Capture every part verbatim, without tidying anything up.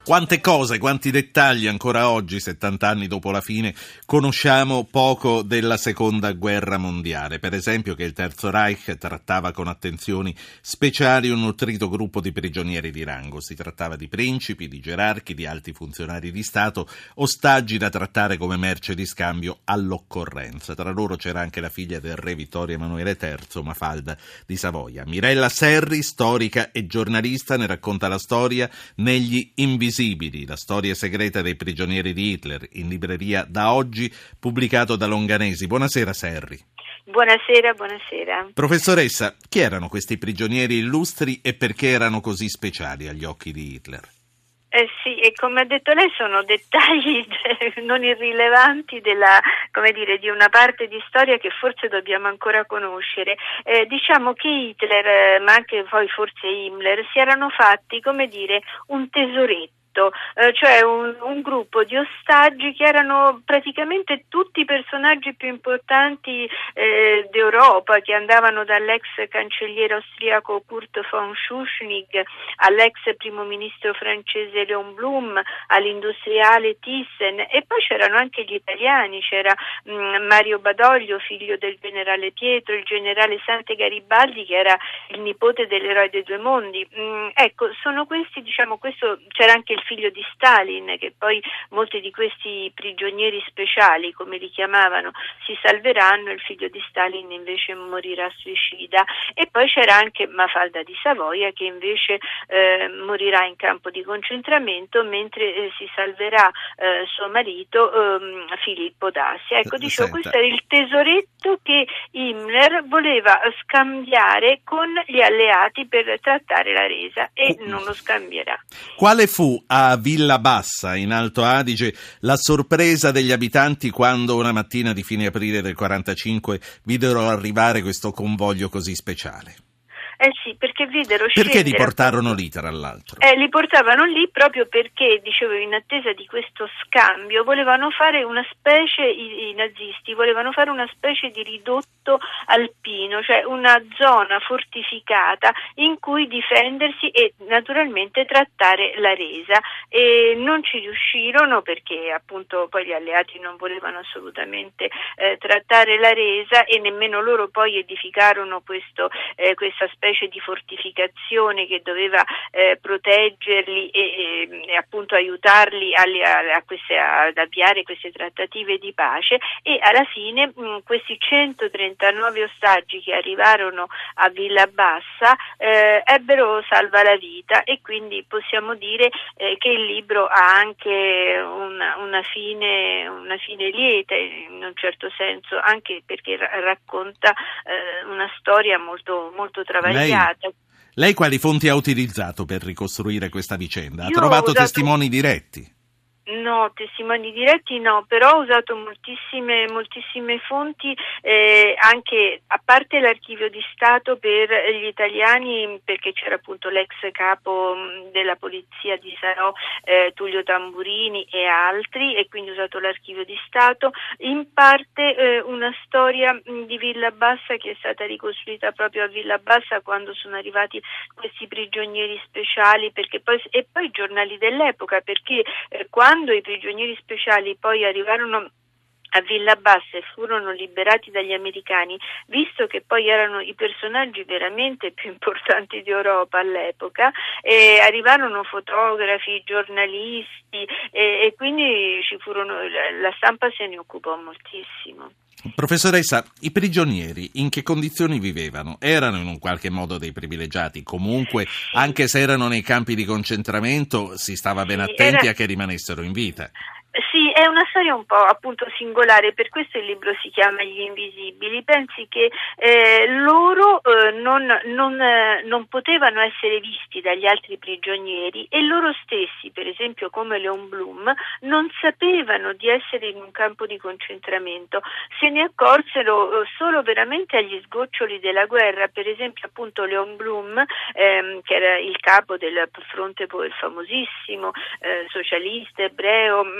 Quante cose, quanti dettagli ancora oggi, settanta anni dopo la fine, conosciamo poco della Seconda Guerra Mondiale. Per esempio che il Terzo Reich trattava con attenzioni speciali un nutrito gruppo di prigionieri di rango. Si trattava di principi, di gerarchi, di alti funzionari di Stato, ostaggi da trattare come merce di scambio all'occorrenza. Tra loro c'era anche la figlia del re Vittorio Emanuele terzo, Mafalda di Savoia. Mirella Serri, storica e giornalista, ne racconta la storia negli Invisibili. La storia segreta dei prigionieri di Hitler, in libreria da oggi, pubblicato da Longanesi. Buonasera Serri. Buonasera, buonasera. Professoressa, chi erano questi prigionieri illustri e perché erano così speciali agli occhi di Hitler? Eh sì, e come ha detto lei sono dettagli non irrilevanti della, come dire, di una parte di storia che forse dobbiamo ancora conoscere. Eh, diciamo che Hitler, ma anche poi forse Himmler, si erano fatti, come dire, un tesoretto. Eh, cioè un, un gruppo di ostaggi che erano praticamente tutti i personaggi più importanti eh, d'Europa, che andavano dall'ex cancelliere austriaco Kurt von Schuschnigg all'ex primo ministro francese Léon Blum, all'industriale Thyssen, e poi c'erano anche gli italiani, c'era mh, Mario Badoglio, figlio del generale Pietro, il generale Sante Garibaldi, che era il nipote dell'eroe dei due mondi. Mh, ecco, sono questi, diciamo, questo, c'era anche il figlio di Stalin, che poi molti di questi prigionieri speciali, come li chiamavano, si salveranno, il figlio di Stalin invece morirà suicida. E poi c'era anche Mafalda di Savoia, che invece eh, morirà in campo di concentramento, mentre eh, si salverà eh, suo marito eh, Filippo d'Assia. Ecco, dicevo, Senta. questo era il tesoretto che Himmler voleva scambiare con gli alleati per trattare la resa, e non lo scambierà. Quale fu a Villa Bassa, in Alto Adige, la sorpresa degli abitanti quando una mattina di fine aprile del quarantacinque videro arrivare questo convoglio così speciale? Eh sì, perché videro Perché li scendere, portarono appunto, lì, tra l'altro? Eh, li portavano lì proprio perché, dicevo, in attesa di questo scambio, volevano fare una specie, i, i nazisti volevano fare una specie di ridotto alpino, cioè una zona fortificata in cui difendersi e naturalmente trattare la resa. E non ci riuscirono perché appunto poi gli alleati non volevano assolutamente eh, trattare la resa, e nemmeno loro poi edificarono questo, eh, questa specie di fortificazione che doveva eh, proteggerli e, e, e appunto aiutarli a, a, a queste, ad avviare queste trattative di pace. E alla fine mh, questi centotrentanove ostaggi che arrivarono a Villa Bassa eh, ebbero salva la vita, e quindi possiamo dire eh, che il libro ha anche una, una fine una fine lieta in un certo senso, anche perché ra- racconta eh, una storia molto molto travagliata. Lei, lei quali fonti ha utilizzato per ricostruire questa vicenda? Ha Io trovato ho usato... testimoni diretti? No, testimoni diretti no, però ho usato moltissime moltissime fonti, eh, anche a parte l'archivio di Stato per gli italiani, perché c'era appunto l'ex capo mh, della polizia di Sarò, eh, Tullio Tamburini e altri, e quindi ho usato l'archivio di Stato, in parte eh, una storia mh, di Villa Bassa che è stata ricostruita proprio a Villa Bassa quando sono arrivati questi prigionieri speciali, perché poi e poi i giornali dell'epoca, perché eh, quando Quando i prigionieri speciali poi arrivarono a Villa Bassa e furono liberati dagli americani, visto che poi erano i personaggi veramente più importanti d'Europa all'epoca, e arrivarono fotografi, giornalisti, e, e quindi ci furono, la stampa se ne occupò moltissimo. Professoressa, i prigionieri in che condizioni vivevano? Erano in un qualche modo dei privilegiati? Comunque, Sì. anche se erano nei campi di concentramento, si stava ben Sì, attenti era... a che rimanessero in vita. Sì, è una storia un po' appunto singolare, per questo il libro si chiama Gli Invisibili. Pensi che eh, loro eh, non, non, eh, non potevano essere visti dagli altri prigionieri, e loro stessi, per esempio come Léon Blum, non sapevano di essere in un campo di concentramento, se ne accorsero eh, solo veramente agli sgoccioli della guerra. Per esempio appunto Léon Blum, ehm, che era il capo del fronte, il famosissimo eh, socialista ebreo, mh, capo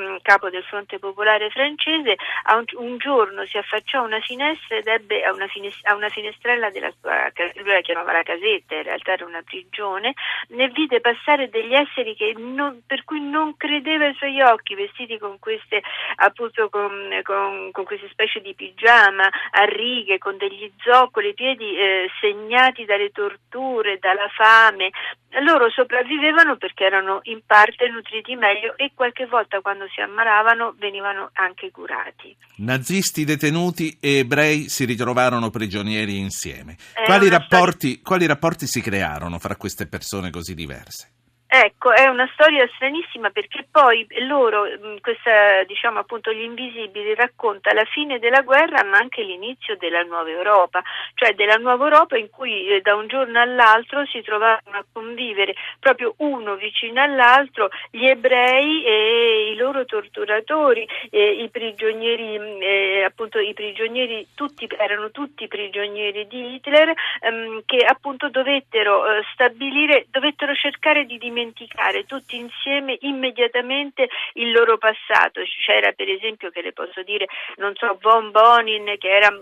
del Fronte Popolare francese, a un, un giorno si affacciò a una finestra ed ebbe a una, finestra, a una finestrella della sua, lui la chiamava la casetta, in realtà era una prigione, ne vide passare degli esseri che non, per cui non credeva ai suoi occhi, vestiti con queste appunto con, con, con queste specie di pigiama a righe, con degli zoccoli, i piedi eh, segnati dalle torture, dalla fame. Loro sopravvivevano perché erano in parte nutriti meglio e qualche volta quando si ammalavano venivano anche curati. Nazisti detenuti e ebrei si ritrovarono prigionieri insieme. È Quali rapporti, storia... quali rapporti si crearono fra queste persone così diverse? Ecco, è una storia stranissima perché poi loro, questa diciamo appunto Gli Invisibili racconta la fine della guerra ma anche l'inizio della nuova Europa, cioè della nuova Europa in cui eh, da un giorno all'altro si trovarono a convivere proprio uno vicino all'altro gli ebrei e i loro torturatori, eh, i prigionieri, eh, appunto i prigionieri, tutti erano tutti prigionieri di Hitler ehm, che appunto dovettero eh, stabilire, dovettero cercare di dimenticare dimenticare tutti insieme immediatamente il loro passato. C'era per esempio, che le posso dire, non so, von Bonin, che era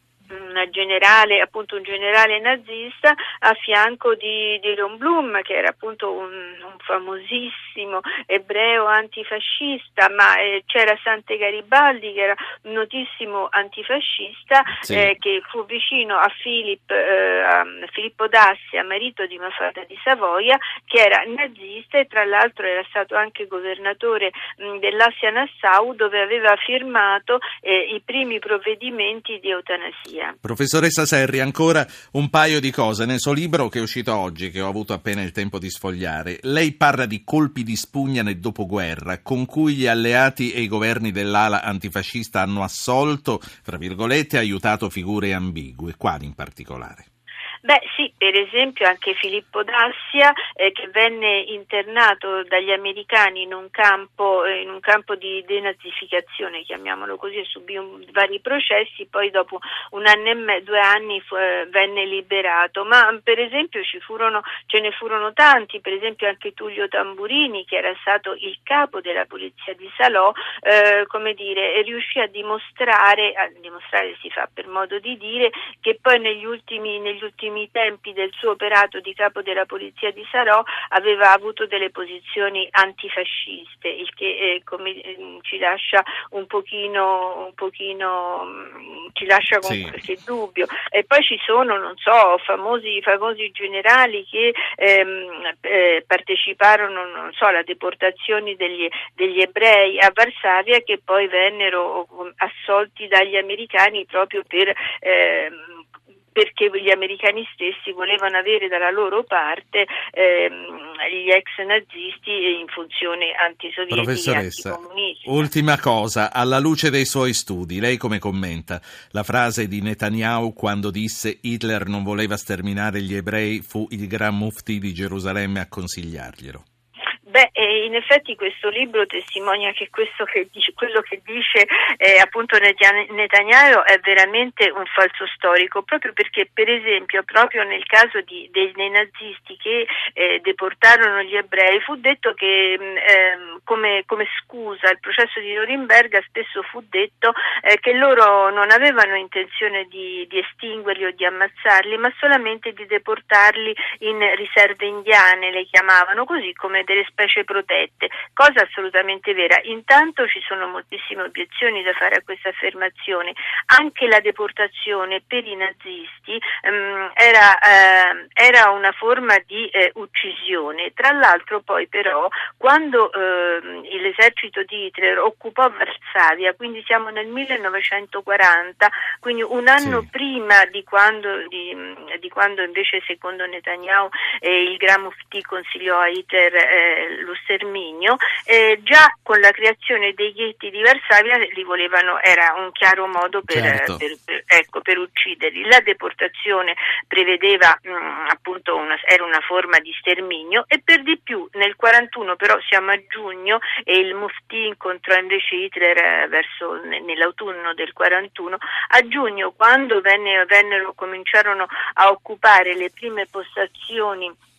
un generale, appunto un generale nazista a fianco di, di Leon Blum, che era appunto un, un famosissimo ebreo antifascista, ma eh, c'era Sante Garibaldi, che era un notissimo antifascista, sì. eh, che fu vicino a, Philip, eh, a Filippo Dassia, marito di Mafalda di Savoia, che era nazista e tra l'altro era stato anche governatore mh, dell'Assia-Nassau, dove aveva firmato eh, i primi provvedimenti di eutanasia. Professoressa Serri, ancora un paio di cose. Nel suo libro, che è uscito oggi, che ho avuto appena il tempo di sfogliare, lei parla di colpi di spugna nel dopoguerra con cui gli alleati e i governi dell'ala antifascista hanno assolto, fra virgolette, aiutato figure ambigue. Quali in particolare? Beh sì, per esempio anche Filippo Dassia eh, che venne internato dagli americani in un campo eh, in un campo di denazificazione, chiamiamolo così, e subì un, vari processi, poi dopo un anno e mezzo, due anni fu, eh, venne liberato. Ma per esempio ci furono, ce ne furono tanti, per esempio anche Tullio Tamburini, che era stato il capo della polizia di Salò, eh, come dire, riuscì a dimostrare, a dimostrare si fa per modo di dire, che poi negli ultimi negli ultimi tempi del suo operato di capo della polizia di Salò aveva avuto delle posizioni antifasciste, il che eh, come, eh, ci lascia un pochino un pochino mh, ci lascia con sì. qualche dubbio. E poi ci sono, non so, famosi famosi generali che ehm, eh, parteciparono, non so, alla deportazione degli, degli ebrei a Varsavia, che poi vennero assolti dagli americani proprio per ehm, perché gli americani stessi volevano avere dalla loro parte ehm, gli ex nazisti in funzione antisovietica e anticomunista. Ultima cosa, alla luce dei suoi studi, lei come commenta la frase di Netanyahu quando disse Hitler non voleva sterminare gli ebrei, fu il Gran Mufti di Gerusalemme a consigliarglielo? Beh, in effetti questo libro testimonia che questo che dice, quello che dice eh, appunto Netanyahu è veramente un falso storico, proprio perché per esempio proprio nel caso di, dei, dei nazisti che eh, deportarono gli ebrei fu detto che eh, come, come scusa il processo di Norimberga spesso fu detto eh, che loro non avevano intenzione di, di estinguerli o di ammazzarli, ma solamente di deportarli in riserve indiane, le chiamavano così, come delle specie protette, cosa assolutamente vera. Intanto ci sono moltissime obiezioni da fare a questa affermazione. Anche la deportazione per i nazisti ehm, era, eh, era una forma di eh, uccisione. Tra l'altro poi però quando eh, l'esercito di Hitler occupò Varsavia, quindi siamo nel millenovecentoquaranta, quindi un anno sì. prima di quando, di, di quando invece secondo Netanyahu eh, il Gran Mufti consigliò a Hitler eh, lo sterminio, eh, già con la creazione dei ghetti di Varsavia li volevano, era un chiaro modo per, certo. per, per, ecco, per ucciderli. La deportazione prevedeva mh, appunto una, era una forma di sterminio, e per di più nel quarantuno, però siamo a giugno e il Mufti incontrò invece Hitler eh, verso nell'autunno del quarantuno. A giugno, quando venne, vennero cominciarono a occupare le prime postazioni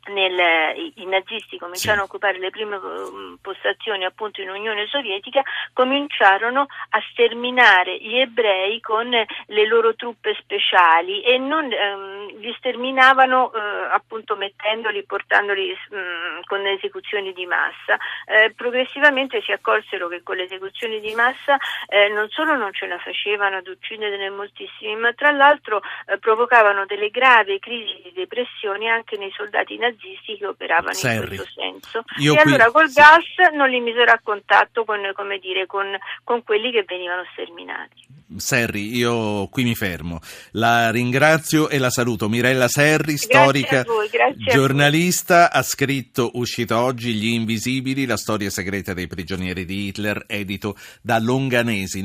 Nel, i, i nazisti cominciarono sì. a occupare le prime postazioni appunto in Unione Sovietica, cominciarono a sterminare gli ebrei con le loro truppe speciali e non ehm, li sterminavano eh, appunto mettendoli, portandoli mh, con esecuzioni di massa. Eh, progressivamente si accorsero che con le esecuzioni di massa eh, non solo non ce la facevano ad uccidere moltissimi, ma tra l'altro eh, provocavano delle gravi crisi di depressione anche nei soldati nazisti che operavano Serri. in questo senso. Io e qui, allora col sì. gas non li misero a contatto con, come dire, con, con quelli che venivano sterminati. Serri, io qui mi fermo. La ringrazio e la saluto. Mirella Serri, storica, voi, giornalista, ha scritto, uscito oggi, Gli Invisibili, la storia segreta dei prigionieri di Hitler, edito da Longanesi.